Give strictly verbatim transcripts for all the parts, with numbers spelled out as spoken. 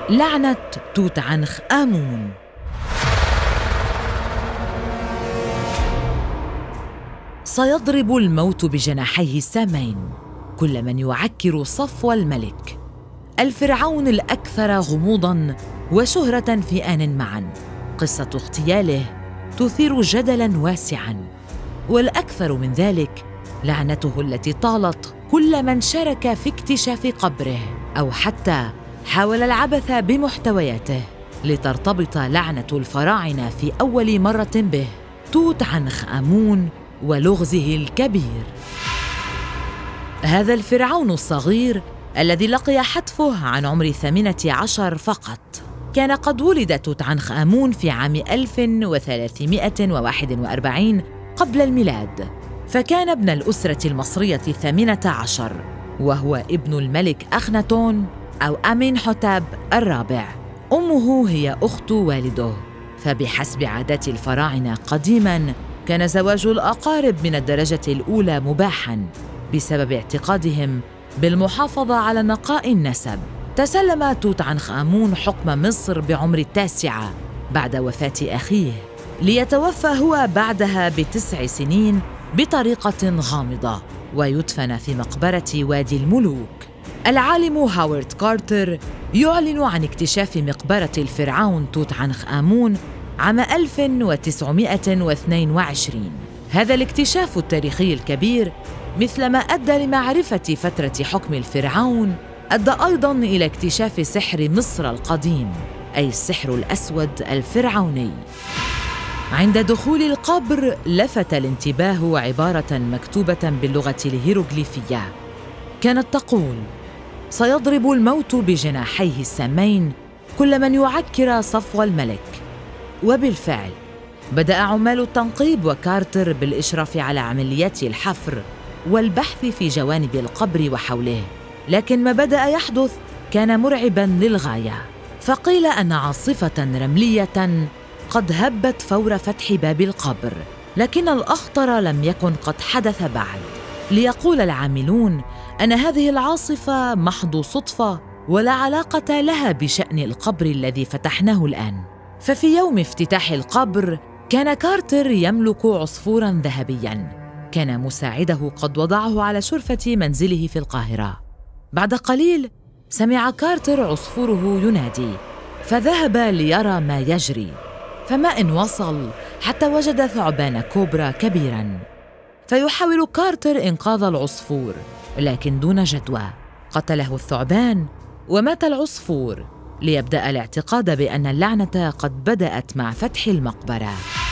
لعنة توت عنخ آمون. سيضرب الموت بجناحيه السامين كل من يعكر صفو الملك، الفرعون الأكثر غموضاً وشهرة في آن معاً. قصة اغتياله تثير جدلاً واسعاً، والأكثر من ذلك لعنته التي طالت كل من شارك في اكتشاف قبره أو حتى حاول العبث بمحتوياته، لترتبط لعنة الفراعنة في أول مرة به توت عنخ آمون ولغزه الكبير. هذا الفرعون الصغير الذي لقي حتفه عن عمر الثامنة عشر فقط كان قد ولد توت عنخ آمون في عام ألف وثلاثمائة وواحد وأربعين قبل الميلاد، فكان ابن الأسرة المصرية الثامنة عشر، وهو ابن الملك أخناتون أو أمينحوتب الرابع. أمه هي أخت والده، فبحسب عادات الفراعنة قديماً كان زواج الأقارب من الدرجة الأولى مباحاً بسبب اعتقادهم بالمحافظة على نقاء النسب. تسلم توت عنخ آمون حكم مصر بعمر التاسعة بعد وفاة أخيه، ليتوفى هو بعدها بتسع سنين بطريقة غامضة ويدفن في مقبرة وادي الملوك. العالم هاورد كارتر يعلن عن اكتشاف مقبرة الفرعون توت عنخ آمون عام ألف وتسعمائة واثنين وعشرين. هذا الاكتشاف التاريخي الكبير مثلما أدى لمعرفة فترة حكم الفرعون، أدى أيضاً إلى اكتشاف سحر مصر القديم، أي السحر الأسود الفرعوني. عند دخول القبر لفت الانتباه عبارة مكتوبة باللغة الهيروغليفية كانت تقول: سيضرب الموت بجناحيه السامين كل من يعكر صفو الملك. وبالفعل بدأ عمال التنقيب وكارتر بالإشراف على عمليات الحفر والبحث في جوانب القبر وحوله، لكن ما بدأ يحدث كان مرعباً للغاية. فقيل أن عاصفة رملية قد هبت فور فتح باب القبر، لكن الأخطر لم يكن قد حدث بعد. ليقول العاملون أن هذه العاصفة محض صدفة ولا علاقة لها بشأن القبر الذي فتحناه الآن. ففي يوم افتتاح القبر كان كارتر يملك عصفوراً ذهبياً، كان مساعده قد وضعه على شرفة منزله في القاهرة. بعد قليل سمع كارتر عصفوره ينادي، فذهب ليرى ما يجري، فما إن وصل حتى وجد ثعبان كوبرا كبيراً. فيحاول كارتر إنقاذ العصفور لكن دون جدوى، قتله الثعبان ومات العصفور، ليبدأ الاعتقاد بأن اللعنة قد بدأت مع فتح المقبرة.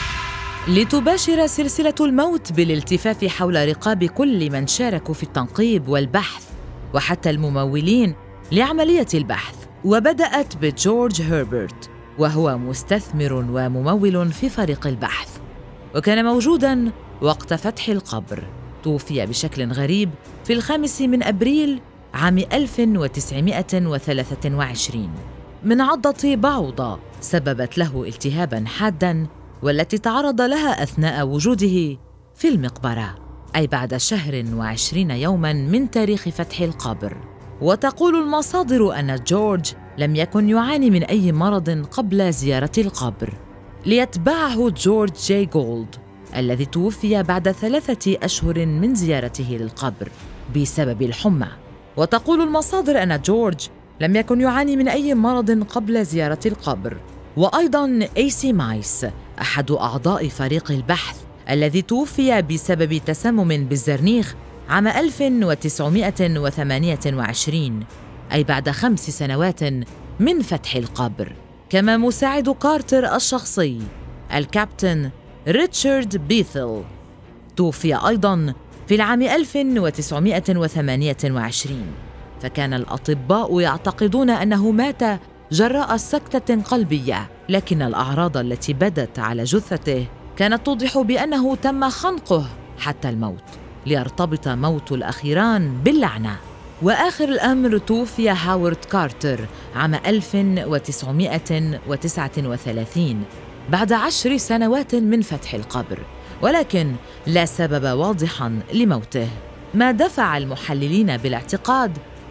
لتباشر سلسلة الموت بالالتفاف حول رقاب كل من شاركوا في التنقيب والبحث وحتى الممولين لعملية البحث، وبدأت بجورج هربرت، وهو مستثمر وممول في فريق البحث، وكان موجوداً وقت فتح القبر. توفي بشكل غريب في الخامس من أبريل عام ألف وتسعمائة وثلاثة وعشرين من عضة بعوضة سببت له التهاباً حاداً، والتي تعرض لها أثناء وجوده في المقبرة، أي بعد شهر وعشرين يوماً من تاريخ فتح القبر. وتقول المصادر أن جورج لم يكن يعاني من أي مرض قبل زيارة القبر، ليتبعه جورج جاي جولد الذي توفي بعد ثلاثة أشهر من زيارته للقبر بسبب الحمى. وتقول المصادر أن جورج لم يكن يعاني من أي مرض قبل زيارة القبر. وأيضاً إيسي مايس أحد أعضاء فريق البحث الذي توفي بسبب تسمم بالزرنيخ عام ألف وتسعمائة وثمانية وعشرين، أي بعد خمس سنوات من فتح القبر. كما مساعد كارتر الشخصي الكابتن ريتشارد بيثل توفي أيضاً في العام ألف وتسعمائة وثمانية وعشرين، فكان الأطباء يعتقدون أنه مات جراء سكتة قلبية، لكن الأعراض التي بدت على جثته كانت توضح بأنه تم خنقه حتى الموت، ليرتبط موت الأخيران باللعنة. وآخر الأمر توفي هاورد كارتر عام ألف وتسعمائة وتسعة وثلاثين بعد عشر سنوات من فتح القبر، ولكن لا سبب واضحاً لموته، ما دفع المحللين بالاعتقاد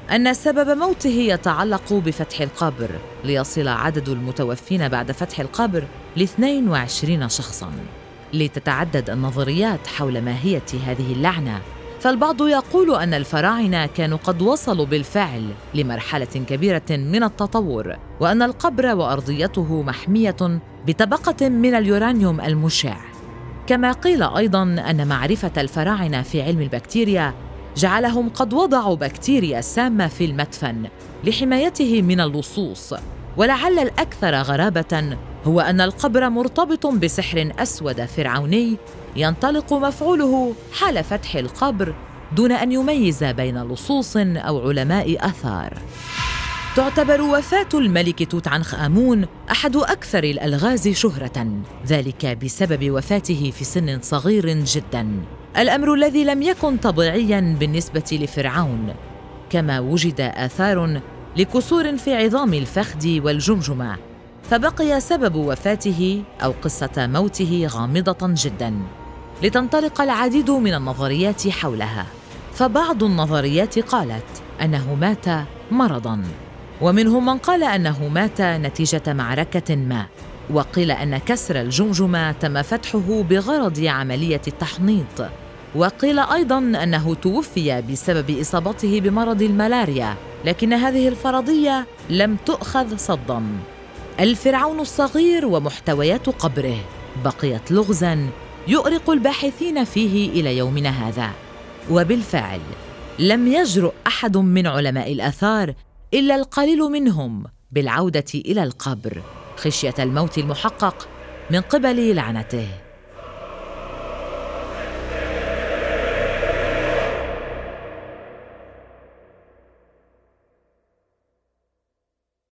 أن سبب موته يتعلق بفتح القبر، ليصل عدد المتوفين بعد فتح القبر لاثنين وعشرين شخصاً. لتتعدد النظريات حول ماهية هذه اللعنة، فالبعض يقول أن الفراعنة كانوا قد وصلوا بالفعل لمرحلة كبيرة من التطور، وأن القبر وأرضيته محمية بطبقة من اليورانيوم المشع. كما قيل أيضاً أن معرفة الفراعنة في علم البكتيريا جعلهم قد وضعوا بكتيريا سامة في المدفن لحمايته من اللصوص. ولعل الأكثر غرابة هو أن القبر مرتبط بسحر أسود فرعوني ينطلق مفعوله حال فتح القبر دون أن يميز بين لصوص أو علماء آثار. تعتبر وفاة الملك توت عنخ آمون أحد أكثر الألغاز شهرة، ذلك بسبب وفاته في سن صغير جداً، الأمر الذي لم يكن طبيعياً بالنسبة لفرعون. كما وجد آثار لكسور في عظام الفخذ والجمجمة، فبقي سبب وفاته أو قصة موته غامضة جداً، لتنطلق العديد من النظريات حولها. فبعض النظريات قالت أنه مات مرضاً، ومنهم من قال أنه مات نتيجة معركة ما، وقيل أن كسر الجمجمة تم فتحه بغرض عملية التحنيط، وقيل أيضاً أنه توفي بسبب إصابته بمرض الملاريا، لكن هذه الفرضية لم تؤخذ صداً. الفرعون الصغير ومحتويات قبره بقيت لغزاً يؤرق الباحثين فيه إلى يومنا هذا. وبالفعل لم يجرؤ أحد من علماء الآثار إلا القليل منهم بالعودة إلى القبر خشية الموت المحقق من قبل لعنته.